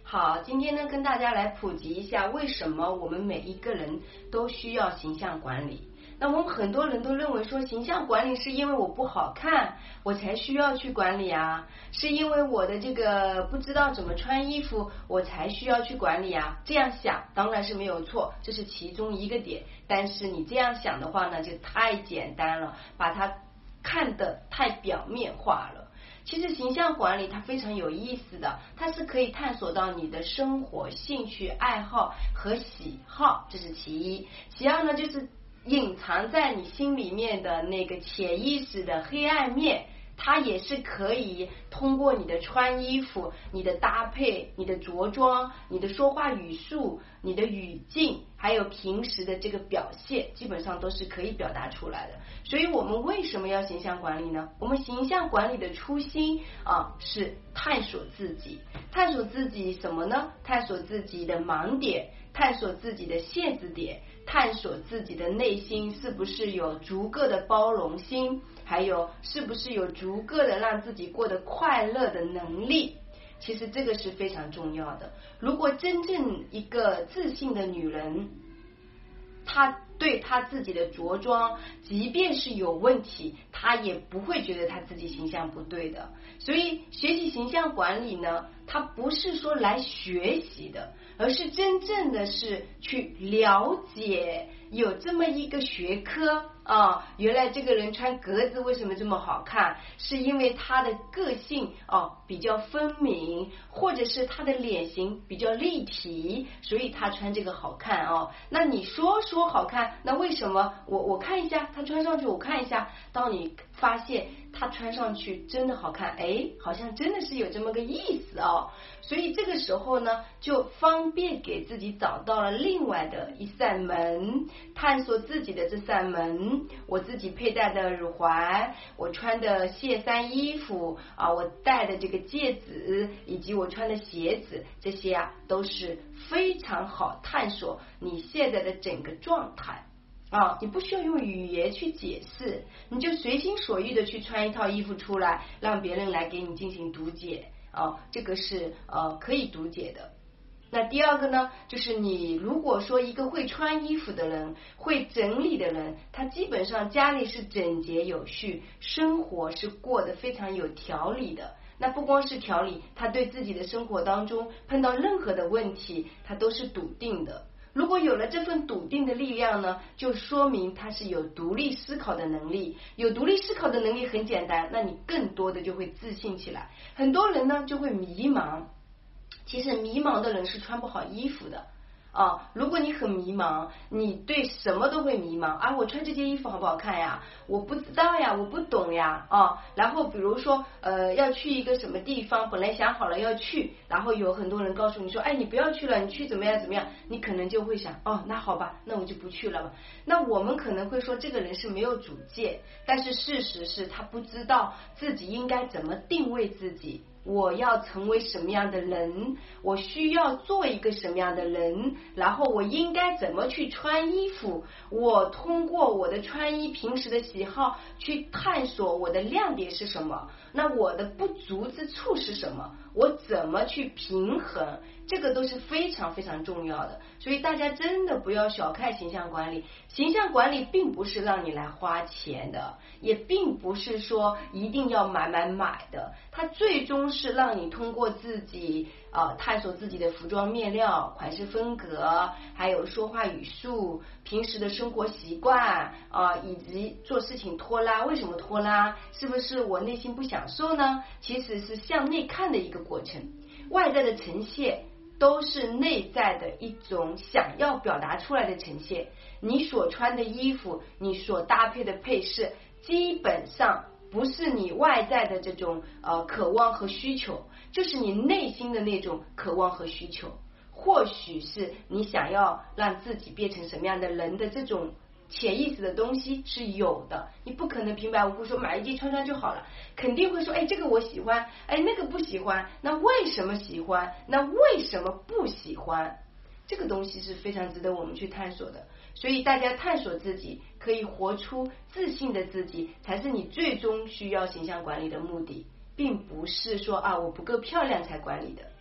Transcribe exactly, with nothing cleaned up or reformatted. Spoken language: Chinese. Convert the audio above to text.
好，今天呢跟大家来普及一下，为什么我们每一个人都需要形象管理。那我们很多人都认为说，形象管理是因为我不好看，我才需要去管理啊，是因为我的这个不知道怎么穿衣服，我才需要去管理啊。这样想当然是没有错，这是其中一个点。但是你这样想的话呢，就太简单了，把它看得太表面化了。其实形象管理它非常有意思的，它是可以探索到你的生活、兴趣、爱好和喜好，这是其一。其二呢，就是隐藏在你心里面的那个潜意识的黑暗面，它也是可以通过你的穿衣服、你的搭配、你的着装、你的说话语速、你的语境，还有平时的这个表现，基本上都是可以表达出来的。所以我们为什么要形象管理呢？我们形象管理的初心啊是探索自己，探索自己什么呢？探索自己的盲点，探索自己的限制点，探索自己的内心是不是有足够的包容心，还有是不是有足够的让自己过得快乐的能力。其实这个是非常重要的。如果真正一个自信的女人，她对她自己的着装即便是有问题，她也不会觉得她自己形象不对的。所以学习形象管理呢，它不是说来学习的，而是真正的是去了解有这么一个学科啊，原来这个人穿格子为什么这么好看，是因为他的个性哦比较分明，或者是他的脸型比较立体，所以他穿这个好看哦。那你说说好看，那为什么我我看一下他穿上去，我看一下，当你发现他穿上去真的好看，哎，好像真的是有这么个意思哦。所以这个时候呢，就方便给自己找到了另外的一扇门，探索自己的这扇门。我自己佩戴的耳环，我穿的线衫衣服啊，我戴的这个戒指，以及我穿的鞋子，这些啊都是非常好探索你现在的整个状态。啊，你不需要用语言去解释，你就随心所欲的去穿一套衣服出来，让别人来给你进行读解啊，这个是呃可以读解的。那第二个呢，就是你如果说一个会穿衣服的人，会整理的人，他基本上家里是整洁有序，生活是过得非常有条理的。那不光是条理，他对自己的生活当中碰到任何的问题，他都是笃定的。如果有了这份笃定的力量呢，就说明他是有独立思考的能力。有独立思考的能力很简单，那你更多的就会自信起来。很多人呢就会迷茫，其实迷茫的人是穿不好衣服的啊。如果你很迷茫，你对什么都会迷茫啊，我穿这件衣服好不好看呀？我不知道呀，我不懂呀啊。然后比如说呃要去一个什么地方，本来想好了要去，然后有很多人告诉你说，哎，你不要去了，你去怎么样怎么样，你可能就会想，哦，那好吧，那我就不去了吧。那我们可能会说这个人是没有主见，但是事实是他不知道自己应该怎么定位自己。我要成为什么样的人，我需要做一个什么样的人，然后我应该怎么去穿衣服，我通过我的穿衣平时的喜好去探索我的亮点是什么，那我的不足之处是什么，我怎么去平衡，这个都是非常非常重要的。所以大家真的不要小看形象管理，形象管理并不是让你来花钱的，也并不是说一定要买买买的，它最终是让你通过自己呃探索自己的服装面料、款式风格，还有说话语速、平时的生活习惯啊、呃，以及做事情拖拉，为什么拖拉？是不是我内心不享受呢？其实是向内看的一个过程，外在的呈现都是内在的一种想要表达出来的呈现。你所穿的衣服，你所搭配的配饰，基本上不是你外在的这种呃渴望和需求，就是你内心的那种渴望和需求。或许是你想要让自己变成什么样的人的这种潜意识的东西是有的，你不可能平白无故说买一件穿穿就好了，肯定会说，哎，这个我喜欢，哎，那个不喜欢，那为什么喜欢？那为什么不喜欢？这个东西是非常值得我们去探索的。所以大家探索自己，可以活出自信的自己，才是你最终需要形象管理的目的，并不是说啊我不够漂亮才管理的。